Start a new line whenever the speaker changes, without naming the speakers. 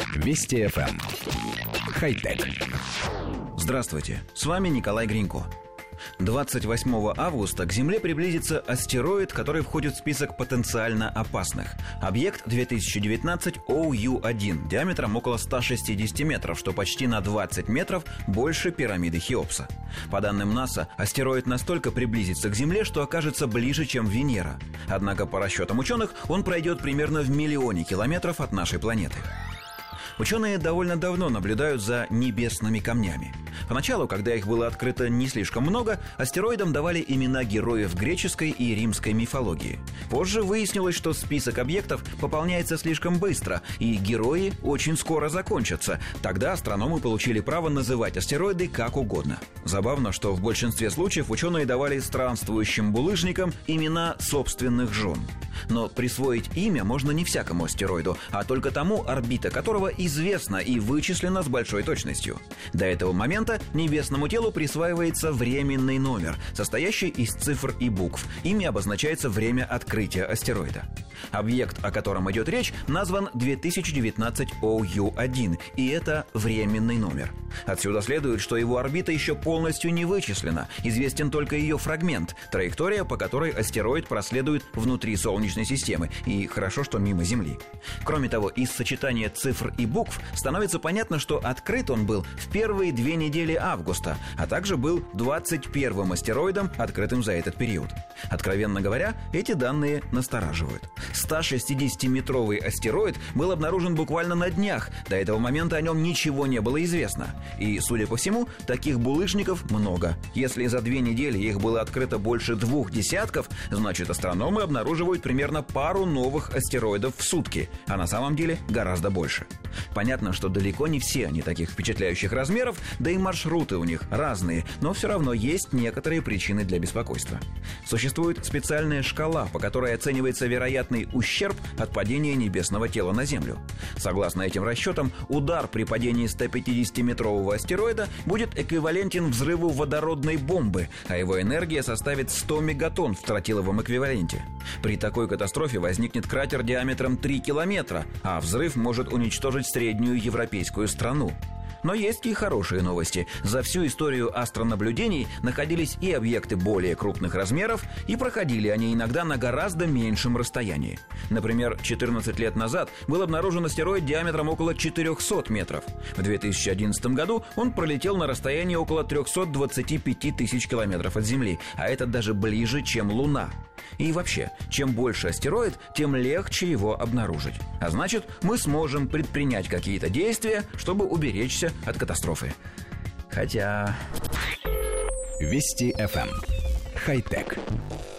Вести ФМ. Хай-тек.
Здравствуйте, с вами Николай Гринько. 28 августа к Земле приблизится астероид, который входит в список потенциально опасных. Объект 2019 OU-1 диаметром около 160 метров, что почти на 20 метров больше пирамиды Хеопса. По данным НАСА, астероид настолько приблизится к Земле, что окажется ближе, чем Венера. Однако, по расчетам ученых, он пройдет примерно в миллионе километров от нашей планеты. Ученые довольно давно наблюдают за небесными камнями. Поначалу, когда их было открыто не слишком много, астероидам давали имена героев греческой и римской мифологии. Позже выяснилось, что список объектов пополняется слишком быстро, и герои очень скоро закончатся. Тогда астрономы получили право называть астероиды как угодно. Забавно, что в большинстве случаев ученые давали странствующим булыжникам имена собственных жен. Но присвоить имя можно не всякому астероиду, а только тому, орбита которого известна и вычислена с большой точностью. До этого момента небесному телу присваивается временный номер, состоящий из цифр и букв. Ими обозначается время открытия астероида. Объект, о котором идет речь, назван 2019 OU-1, и это временный номер. Отсюда следует, что его орбита еще полностью не вычислена, известен только ее фрагмент, траектория, по которой астероид проследует внутри Солнечной системы, и хорошо, что мимо Земли. Кроме того, из сочетания цифр и букв становится понятно, что открыт он был в первые 2 недели августа, а также был 21-м астероидом, открытым за этот период. Откровенно говоря, эти данные настораживают. 160-метровый астероид был обнаружен буквально на днях. До этого момента о нем ничего не было известно. И, судя по всему, таких булыжников много. Если за 2 недели их было открыто больше 2 десятков, значит, астрономы обнаруживают примерно пару новых астероидов в сутки, а на самом деле гораздо больше. Понятно, что далеко не все они таких впечатляющих размеров, да и маршруты у них разные, но все равно есть некоторые причины для беспокойства. Существует специальная шкала, по которой оценивается вероятный ущерб от падения небесного тела на Землю. Согласно этим расчетам, удар при падении 150-метрового астероида будет эквивалентен взрыву водородной бомбы, а его энергия составит 100 мегатонн в тротиловом эквиваленте. При такой катастрофе возникнет кратер диаметром 3 километра, а взрыв может уничтожить среднюю европейскую страну. Но есть и хорошие новости. За всю историю астронаблюдений находились и объекты более крупных размеров, и проходили они иногда на гораздо меньшем расстоянии. Например, 14 лет назад был обнаружен астероид диаметром около 400 метров. В 2011 году он пролетел на расстоянии около 325 тысяч километров от Земли, а это даже ближе, чем Луна. И вообще, чем больше астероид, тем легче его обнаружить. А значит, мы сможем предпринять какие-то действия, чтобы уберечься от катастрофы. Хотя...
Вести ФМ. Хай-тек.